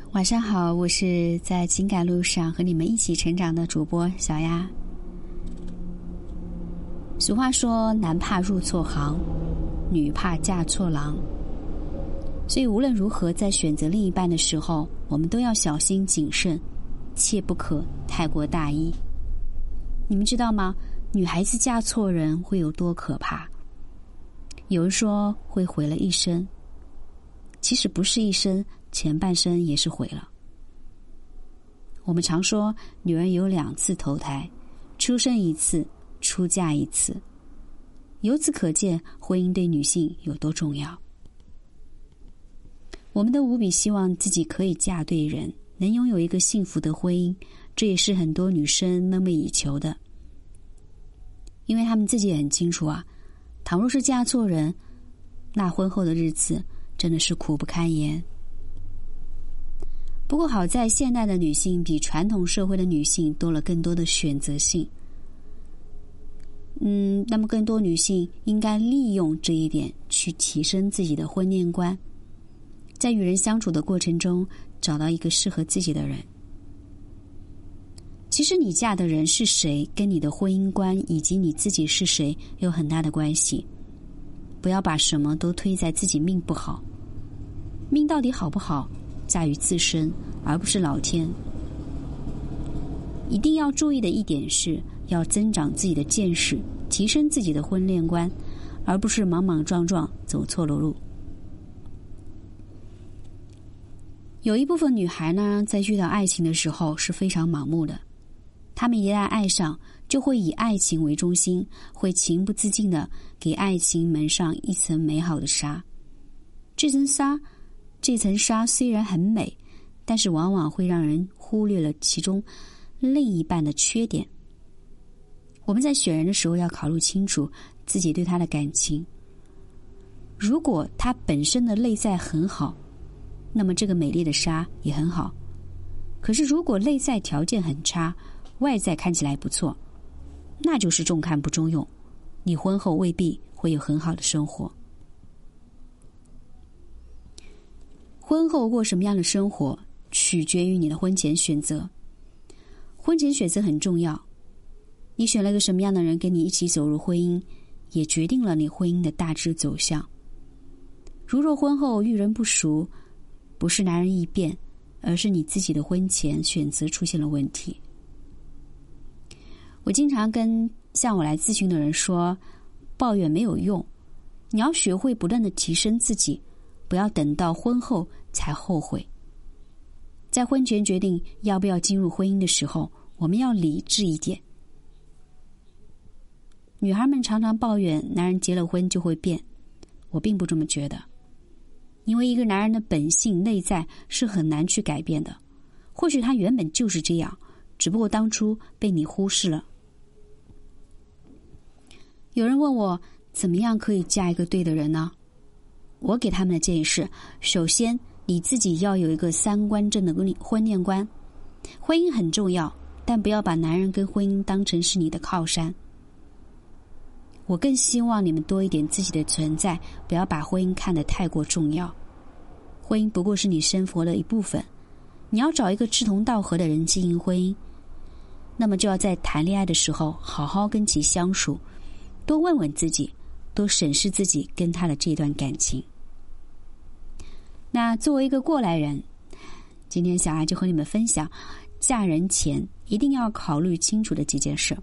晚上好，我是在情感路上和你们一起成长的主播小丫。俗话说，男怕入错行，女怕嫁错郎。所以无论如何，在选择另一半的时候，我们都要小心谨慎，切不可太过大意。你们知道吗？女孩子嫁错人会有多可怕？有人说会毁了一生，其实不是一生，前半生也是毁了。我们常说女人有2次投胎，出生一次，出嫁一次。由此可见，婚姻对女性有多重要。我们都无比希望自己可以嫁对人，能拥有一个幸福的婚姻，这也是很多女生梦寐以求的。因为她们自己也很清楚啊，倘若是嫁错人，那婚后的日子真的是苦不堪言。不过好在现代的女性比传统社会的女性多了更多的选择性。那么更多女性应该利用这一点去提升自己的婚恋观，在与人相处的过程中找到一个适合自己的人。其实你嫁的人是谁，跟你的婚姻观以及你自己是谁有很大的关系。不要把什么都推在自己命不好，命到底好不好在于自身，而不是老天。一定要注意的一点是，要增长自己的见识，提升自己的婚恋观，而不是莽莽撞撞走错了路。有一部分女孩呢，在遇到爱情的时候是非常盲目的，她们一旦爱上，就会以爱情为中心，会情不自禁地给爱情蒙上一层美好的纱。这层纱虽然很美，但是往往会让人忽略了其中另一半的缺点。我们在选人的时候要考虑清楚自己对他的感情。如果他本身的内在很好，那么这个美丽的纱也很好。可是如果内在条件很差，外在看起来不错，那就是重看不重用，你婚后未必会有很好的生活。婚后过什么样的生活，取决于你的婚前选择。婚前选择很重要，你选了个什么样的人跟你一起走入婚姻，也决定了你婚姻的大致走向。如若婚后遇人不淑，不是男人易变，而是你自己的婚前选择出现了问题。我经常跟向我来咨询的人说，抱怨没有用，你要学会不断地提升自己，不要等到婚后才后悔。在婚前决定要不要进入婚姻的时候，我们要理智一点。女孩们常常抱怨男人结了婚就会变，我并不这么觉得。因为一个男人的本性内在是很难去改变的，或许他原本就是这样，只不过当初被你忽视了。有人问我，怎么样可以嫁一个对的人呢？我给他们的建议是，首先你自己要有一个3观正的婚恋观。婚姻很重要，但不要把男人跟婚姻当成是你的靠山。我更希望你们多一点自己的存在，不要把婚姻看得太过重要。婚姻不过是你生活的一部分，你要找一个志同道合的人经营婚姻，那么就要在谈恋爱的时候好好跟其相处，多问问自己，多审视自己跟他的这段感情。那作为一个过来人，今天小爱就和你们分享嫁人前一定要考虑清楚的几件事。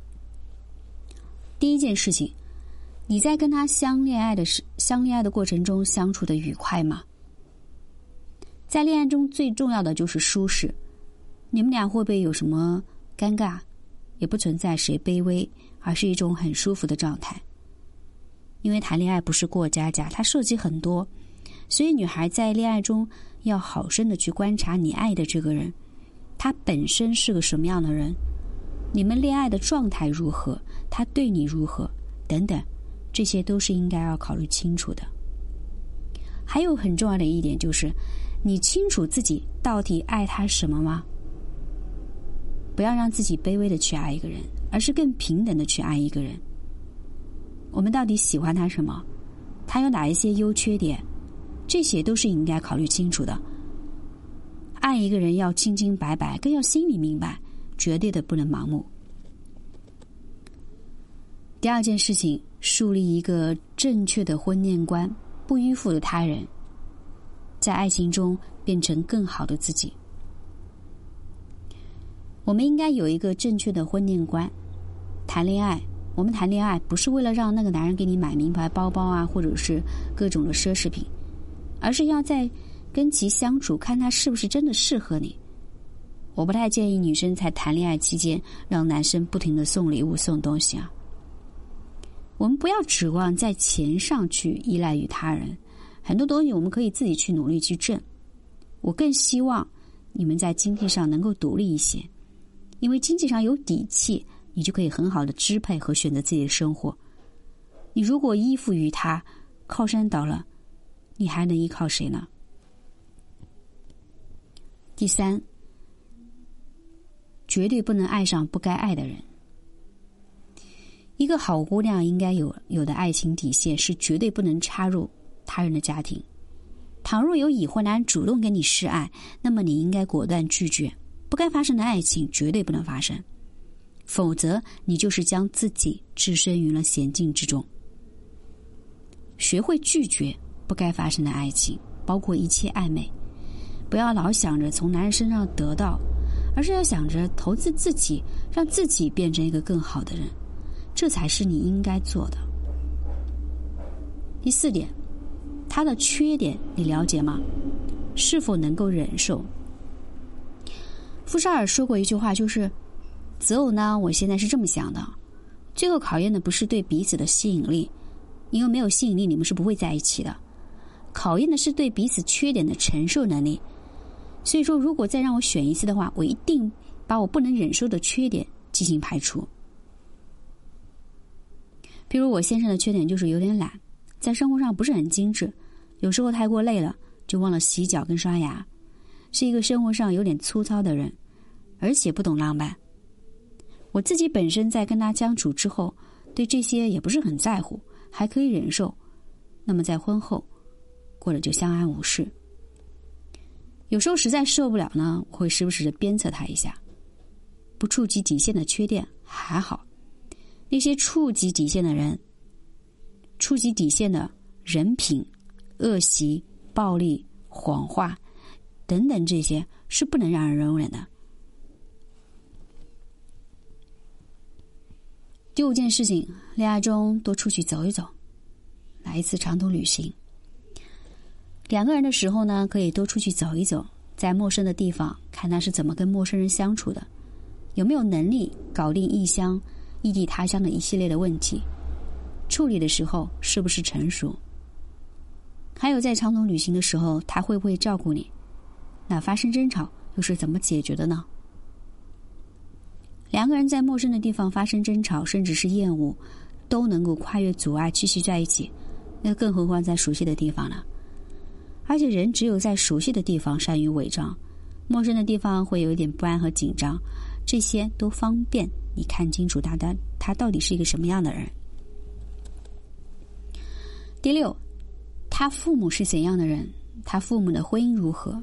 第一件事情，你在跟他相恋爱的过程中相处的愉快吗？在恋爱中最重要的就是舒适，你们俩会不会有什么尴尬，也不存在谁卑微，而是一种很舒服的状态。因为谈恋爱不是过家家，它涉及很多，所以女孩在恋爱中要好生的去观察你爱的这个人，他本身是个什么样的人，你们恋爱的状态如何，他对你如何等等，这些都是应该要考虑清楚的。还有很重要的一点就是，你清楚自己到底爱他什么吗？不要让自己卑微的去爱一个人，而是更平等的去爱一个人。我们到底喜欢他什么？他有哪一些优缺点？这些都是应该考虑清楚的。 爱一个人要清清白白，更要心里明白，绝对的不能盲目。第二件事情，树立一个正确的婚恋观，不迂腐的他人，在爱情中变成更好的自己。我们应该有一个正确的婚恋观。谈恋爱，我们谈恋爱不是为了让那个男人给你买名牌包包啊，或者是各种的奢侈品，而是要在跟其相处，看他是不是真的适合你。我不太建议女生在谈恋爱期间让男生不停的送礼物送东西啊。我们不要指望在钱上去依赖于他人，很多东西我们可以自己去努力去挣。我更希望你们在经济上能够独立一些，因为经济上有底气，你就可以很好的支配和选择自己的生活。你如果依附于他，靠山倒了，你还能依靠谁呢？第三，绝对不能爱上不该爱的人。一个好姑娘应该有的爱情底线是绝对不能插入他人的家庭。倘若有已婚男主动跟你示爱，那么你应该果断拒绝，不该发生的爱情绝对不能发生，否则你就是将自己置身于了险境之中。学会拒绝不该发生的爱情，包括一切暧昧，不要老想着从男人身上得到，而是要想着投资自己，让自己变成一个更好的人，这才是你应该做的。第四点，他的缺点你了解吗？是否能够忍受？傅绍尔说过一句话，就是择偶呢，我现在是这么想的，最后考验的不是对彼此的吸引力，因为没有吸引力你们是不会在一起的，考验的是对彼此缺点的承受能力。所以说如果再让我选一次的话，我一定把我不能忍受的缺点进行排除。比如我先生的缺点就是有点懒，在生活上不是很精致，有时候太过累了就忘了洗脚跟刷牙，是一个生活上有点粗糙的人，而且不懂浪漫。我自己本身在跟他相处之后，对这些也不是很在乎，还可以忍受，那么在婚后过得就相安无事。有时候实在受不了呢，我会时不时的鞭策他一下。不触及底线的缺点还好，那些触及底线的人，触及底线的人品、恶习、暴力、谎话等等，这些是不能让人容忍的。第五件事情，恋爱中多出去走一走，来一次长途旅行。两个人的时候呢，可以多出去走一走，在陌生的地方看他是怎么跟陌生人相处的，有没有能力搞定异地他乡的一系列的问题，处理的时候是不是成熟，还有在长途旅行的时候他会不会照顾你，那发生争吵又是怎么解决的呢？两个人在陌生的地方发生争吵，甚至是厌恶，都能够跨越阻碍继续在一起，那更何况在熟悉的地方呢？而且人只有在熟悉的地方善于伪装，陌生的地方会有一点不安和紧张，这些都方便你看清楚他到底是一个什么样的人。第六，他父母是怎样的人，他父母的婚姻如何。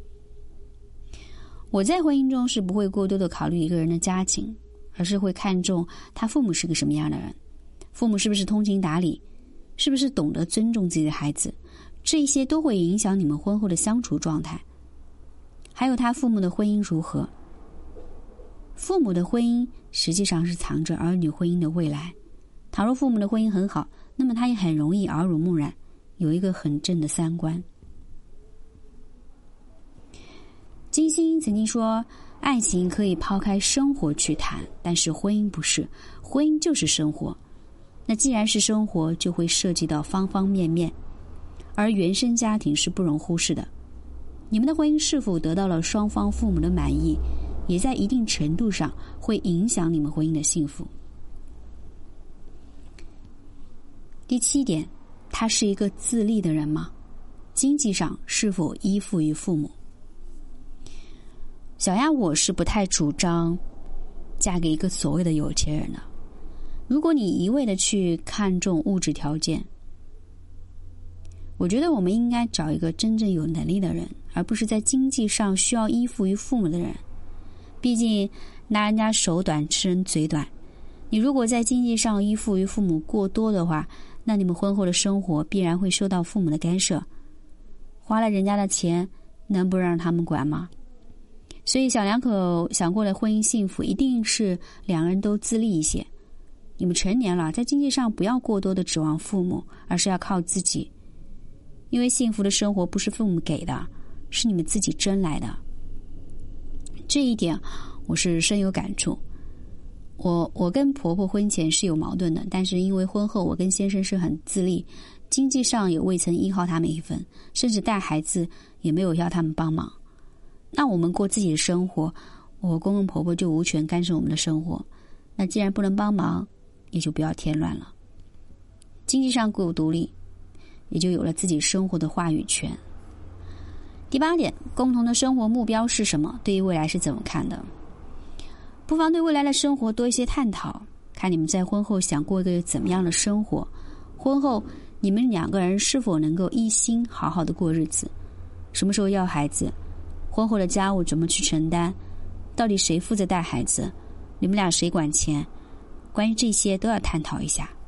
我在婚姻中是不会过多的考虑一个人的家庭，而是会看重他父母是个什么样的人，父母是不是通情达理，是不是懂得尊重自己的孩子，这些都会影响你们婚后的相处状态。还有他父母的婚姻如何。父母的婚姻实际上是藏着儿女婚姻的未来，倘若父母的婚姻很好，那么他也很容易耳濡目染，有一个很正的三观。金星曾经说，爱情可以抛开生活去谈，但是婚姻不是，婚姻就是生活。那既然是生活，就会涉及到方方面面，而原生家庭是不容忽视的。你们的婚姻是否得到了双方父母的满意，也在一定程度上会影响你们婚姻的幸福。第七点，他是一个自立的人吗？经济上是否依附于父母？小丫我是不太主张嫁给一个所谓的有钱人的。如果你一味的去看重物质条件，我觉得我们应该找一个真正有能力的人， 而不是在经济上需要依附于父母的人。毕竟拿人家手短，吃人嘴短。你如果在经济上依附于父母过多的话，那你们婚后的生活必然会受到父母的干涉。花了人家的钱，能不让他们管吗？所以小两口想过的婚姻幸福，一定是两个人都自立一些。你们成年了，在经济上不要过多的指望父母，而是要靠自己。因为幸福的生活不是父母给的，是你们自己争来的。这一点我是深有感触。我跟婆婆婚前是有矛盾的，但是因为婚后我跟先生是很自立，经济上也未曾依靠他们一分，甚至带孩子也没有要他们帮忙。那我们过自己的生活，我公公婆婆就无权干涉我们的生活。那既然不能帮忙，也就不要添乱了。经济上够独立，也就有了自己生活的话语权。第8点，共同的生活目标是什么？对于未来是怎么看的？不妨对未来的生活多一些探讨，看你们在婚后想过一个怎么样的生活，婚后你们两个人是否能够一心好好的过日子，什么时候要孩子，婚后的家务怎么去承担，到底谁负责带孩子，你们俩谁管钱，关于这些都要探讨一下。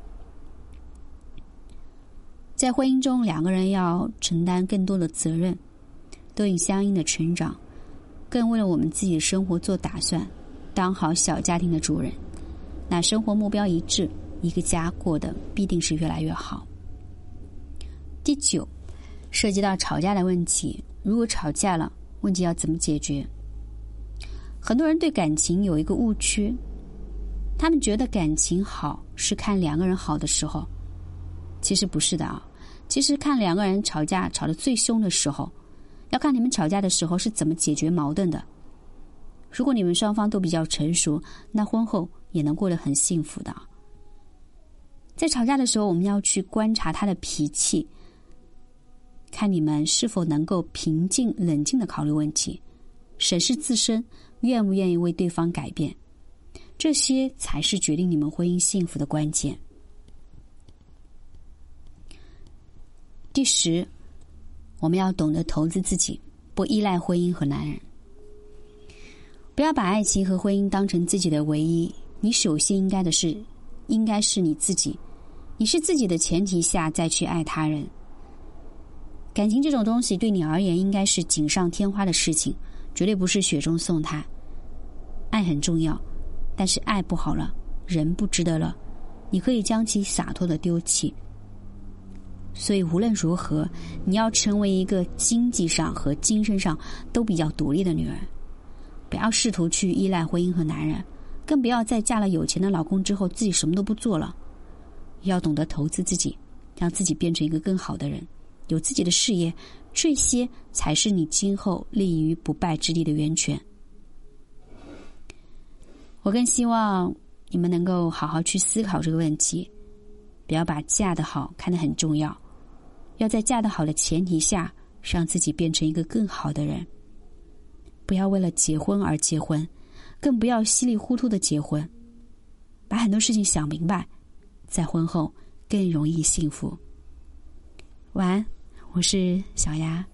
在婚姻中，两个人要承担更多的责任，都有相应的成长，更为了我们自己的生活做打算，当好小家庭的主人。那生活目标一致，一个家过得必定是越来越好。第9，涉及到吵架的问题，如果吵架了，问题要怎么解决？很多人对感情有一个误区，他们觉得感情好是看两个人好的时候，其实不是的啊。其实看两个人吵架吵得最凶的时候，要看你们吵架的时候是怎么解决矛盾的。如果你们双方都比较成熟，那婚后也能过得很幸福的。在吵架的时候，我们要去观察他的脾气，看你们是否能够平静冷静地考虑问题，审视自身，愿不愿意为对方改变，这些才是决定你们婚姻幸福的关键。第10，我们要懂得投资自己，不依赖婚姻和男人。不要把爱情和婚姻当成自己的唯一，你首先应该是你自己，你是自己的前提下再去爱他人。感情这种东西对你而言应该是锦上添花的事情，绝对不是雪中送炭。爱很重要，但是爱不好了，人不值得了，你可以将其洒脱地丢弃。所以无论如何，你要成为一个经济上和精神上都比较独立的女人，不要试图去依赖婚姻和男人，更不要在嫁了有钱的老公之后自己什么都不做了。要懂得投资自己，让自己变成一个更好的人，有自己的事业，这些才是你今后立于不败之地的源泉。我更希望你们能够好好去思考这个问题，不要把嫁得好看得很重要，要在嫁得好的前提下让自己变成一个更好的人。不要为了结婚而结婚，更不要稀里糊涂的结婚，把很多事情想明白，在婚后更容易幸福。晚安，我是小丫。